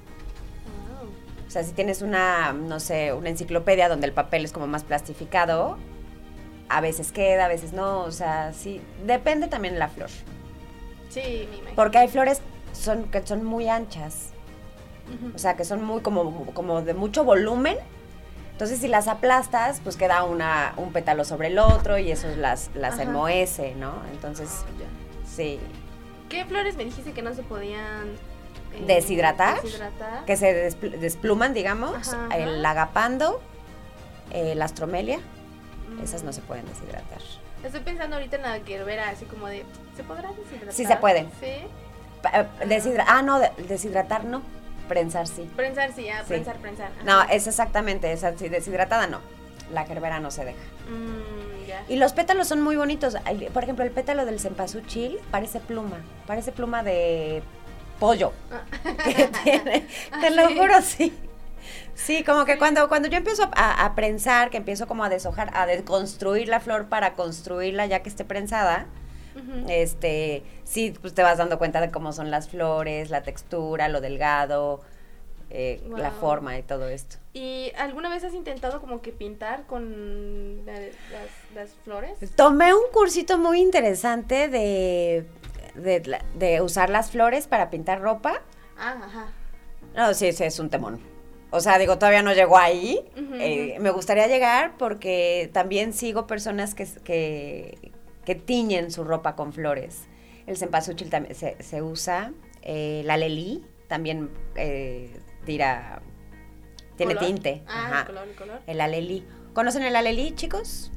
O sea, si tienes una, no sé, una enciclopedia donde el papel es como más plastificado, a veces queda, a veces no, o sea, sí, depende también de la flor. Sí, me imagino. Porque hay flores son, que son muy anchas, uh-huh. o sea, que son muy como, como de mucho volumen, entonces si las aplastas, pues queda una, un pétalo sobre el otro y eso las, las enmohece, ¿no? Entonces, oh, ya. sí. ¿Qué flores me dijiste que no se podían... Eh, deshidratar, deshidratar, que se despl- despluman, digamos, ajá, ajá. el agapando, eh, la astromelia, mm. esas no se pueden deshidratar. Estoy pensando ahorita en la gerbera, así como de, ¿se podrá deshidratar? Sí se pueden. ¿Sí? Pa- deshidra- ah, no, de- deshidratar no, prensar sí. Prensar sí, ah, sí. prensar, prensar. Ajá. No, es exactamente, esa sí, deshidratada no, la gerbera no se deja. Mm, ya. Y los pétalos son muy bonitos, por ejemplo, el pétalo del cempasúchil parece pluma, parece pluma de... pollo que tiene, te ¿Ah, lo sí? juro, sí. Sí, como que cuando, cuando yo empiezo a, a prensar, que empiezo como a deshojar, a deconstruir la flor para construirla ya que esté prensada, uh-huh. este, sí, pues te vas dando cuenta de cómo son las flores, la textura, lo delgado, eh, wow. la forma y todo esto. ¿Y alguna vez has intentado como que pintar con la, las, las flores? Tomé un cursito muy interesante de... De, de usar las flores para pintar ropa. Ah, ajá. No, sí, sí, es un temón. O sea, digo, todavía no llegó ahí. Uh-huh. Eh, me gustaría llegar porque también sigo personas que, que, que tiñen su ropa con flores. El cempasúchil también se, se usa, eh, la lelí también eh, tira, tiene ¿Color? tinte. Ah, Ajá. color, color. El alelí. ¿Conocen el alelí, chicos?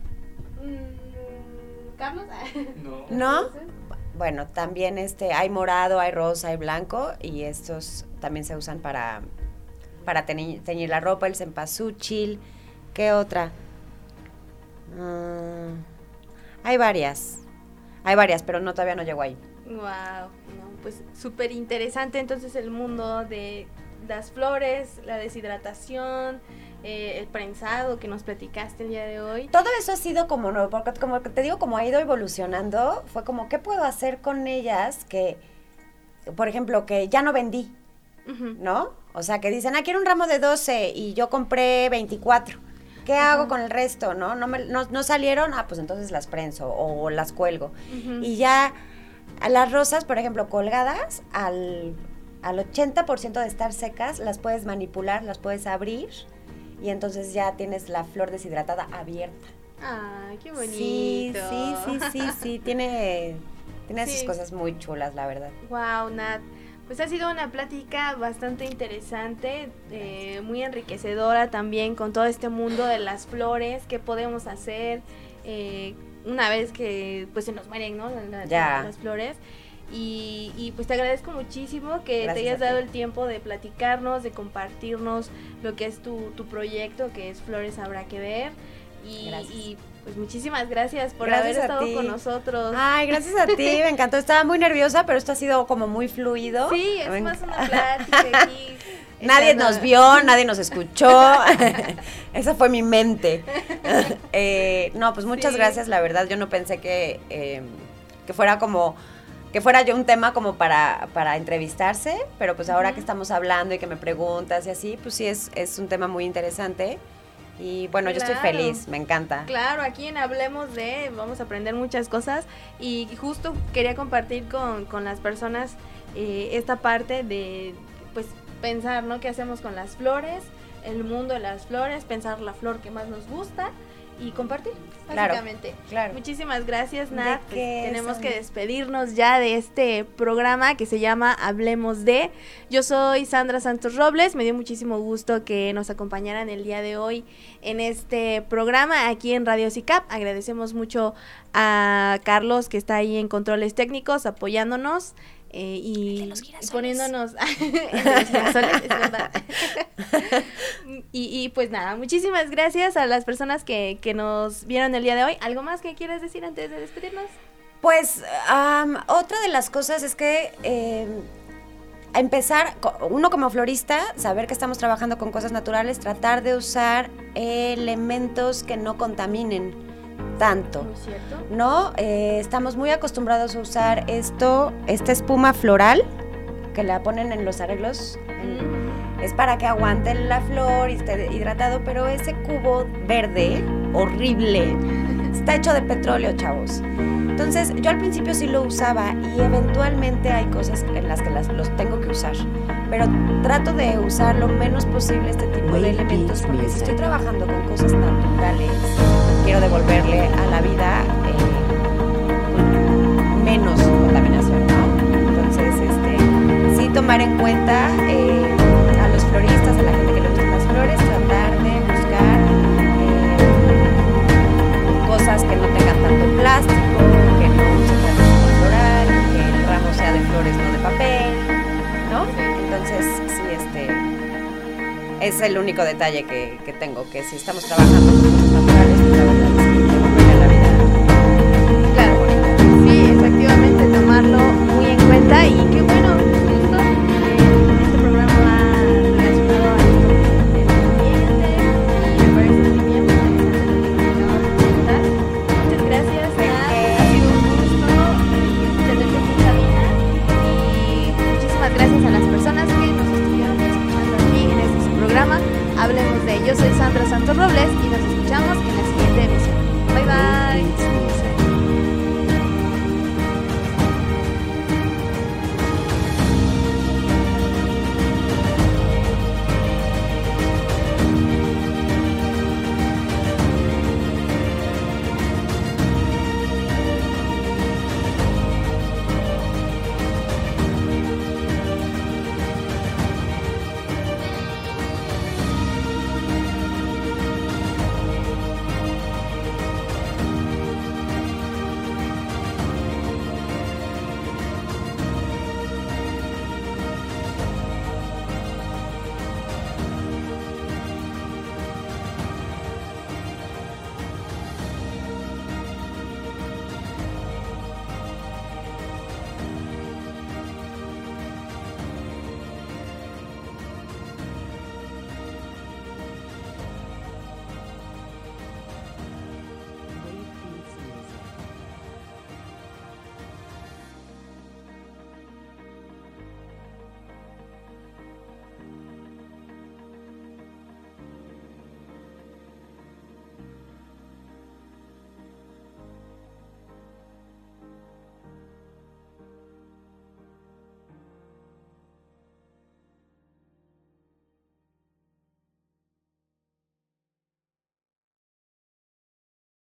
Mm, ¿Carlos? No. ¿No? Bueno, también este, hay morado, hay rosa, hay blanco, y estos también se usan para, para teñir, teñir la ropa, el cempasúchil. ¿Qué otra? Mm, hay varias, hay varias, pero no, todavía no llego ahí. Wow, no, pues súper interesante entonces el mundo de las flores, la deshidratación, eh, el prensado que nos platicaste el día de hoy. Todo eso ha sido como nuevo, porque como te digo, como ha ido evolucionando, fue como, ¿qué puedo hacer con ellas que, por ejemplo, que ya no vendí, Uh-huh. ¿no? O sea, que dicen, ah, quiero un ramo de doce y yo compré veinticuatro. ¿Qué uh-huh. hago con el resto, no? ¿No, me, no, no salieron? Ah, pues entonces las prenso o las cuelgo. Uh-huh. Y ya, a las rosas, por ejemplo, colgadas, al, al ochenta por ciento de estar secas, las puedes manipular, las puedes abrir, y entonces ya tienes la flor deshidratada abierta. ¡Ay, qué bonito! Sí, sí, sí, sí, sí, tiene, tiene Sí. sus cosas muy chulas, la verdad. Wow, Nat. Pues ha sido una plática bastante interesante, eh, muy enriquecedora también con todo este mundo de las flores, qué podemos hacer eh, una vez que pues se nos mueren, ¿no? La, la, Ya. las flores. Y, y pues te agradezco muchísimo que Gracias te hayas a dado ti. el tiempo de platicarnos, de compartirnos lo que es tu, tu proyecto, que es Flores Habrá que Ver. Y, Gracias. y pues muchísimas gracias por Gracias haber a estado ti. con nosotros. Ay, gracias a ti, me encantó. Estaba muy nerviosa, pero esto ha sido como muy fluido. Sí, es Me más enc- una plática aquí. Nadie Echando- nos vio, nadie nos escuchó. Esa fue mi mente. Eh, no, pues muchas Sí. gracias, la verdad. Yo no pensé que, eh, que fuera como... que fuera yo un tema como para, para entrevistarse, pero pues ahora Ujú. que estamos hablando y que me preguntas y así, pues sí es, es un tema muy interesante. Y bueno, yo estoy Claro. feliz, me encanta. Claro, aquí en Hablemos de vamos a aprender muchas cosas y justo quería compartir con, con las personas eh, esta parte de pues pensar, ¿no? ¿Qué hacemos con las flores? El mundo de las flores, pensar la flor que más nos gusta y compartir, Claro, básicamente. claro. Muchísimas gracias, ¿De Nat. Pues qué, tenemos Sandy? que despedirnos ya de este programa que se llama Hablemos de. Yo soy Sandra Santos Robles. Me dio muchísimo gusto que nos acompañaran el día de hoy en este programa aquí en Radio C I C A P. Agradecemos mucho a Carlos, que está ahí en controles técnicos apoyándonos. Eh, y, El de los girasoles. y poniéndonos el de los girasoles, es verdad. y, y pues nada, muchísimas gracias a las personas que, que nos vieron el día de hoy. ¿Algo más que quieras decir antes de despedirnos? Pues um, otra de las cosas es que eh, a empezar, co- uno como florista, saber que estamos trabajando con cosas naturales, tratar de usar elementos que no contaminen tanto. Muy cierto. ¿No? Eh, estamos muy acostumbrados a usar esto, esta espuma floral que la ponen en los arreglos. en- es para que aguante la flor y esté hidratado, pero ese cubo verde, horrible, está hecho de petróleo, chavos. Entonces, yo al principio sí lo usaba y eventualmente hay cosas en las que las, los tengo que usar. Pero trato de usar lo menos posible este tipo de elementos porque si estoy trabajando con cosas naturales, quiero devolverle a la vida eh, menos contaminación, ¿no? Entonces, este, sí tomar en cuenta eh, a los floristas, a la gente que le gustan las flores, tratar de buscar eh, cosas que no tengan tanto plástico, que no usen tanto espuma floral, que el ramo sea de flores, no de papel, ¿no? Entonces, sí, este es el único detalle que, que tengo, que si estamos trabajando con cosas naturales, pues la verdad es que devolverle a la vida. Claro, sí, efectivamente, tomarlo muy en cuenta y qué bueno, justo eh, este programa va relacionado al medio ambiente y me parece muy bien, muy interesante lo que acabas de comentar. Muchas gracias, Nat, ha sido un gusto eh, tenerte aquí en cabina y muchísimas gracias a las personas que nos estuvieron escuchando aquí en este su programa. Hablemos de. Yo soy Sandra Santos Robles y nos escuchamos en la siguiente emisión. Bye bye.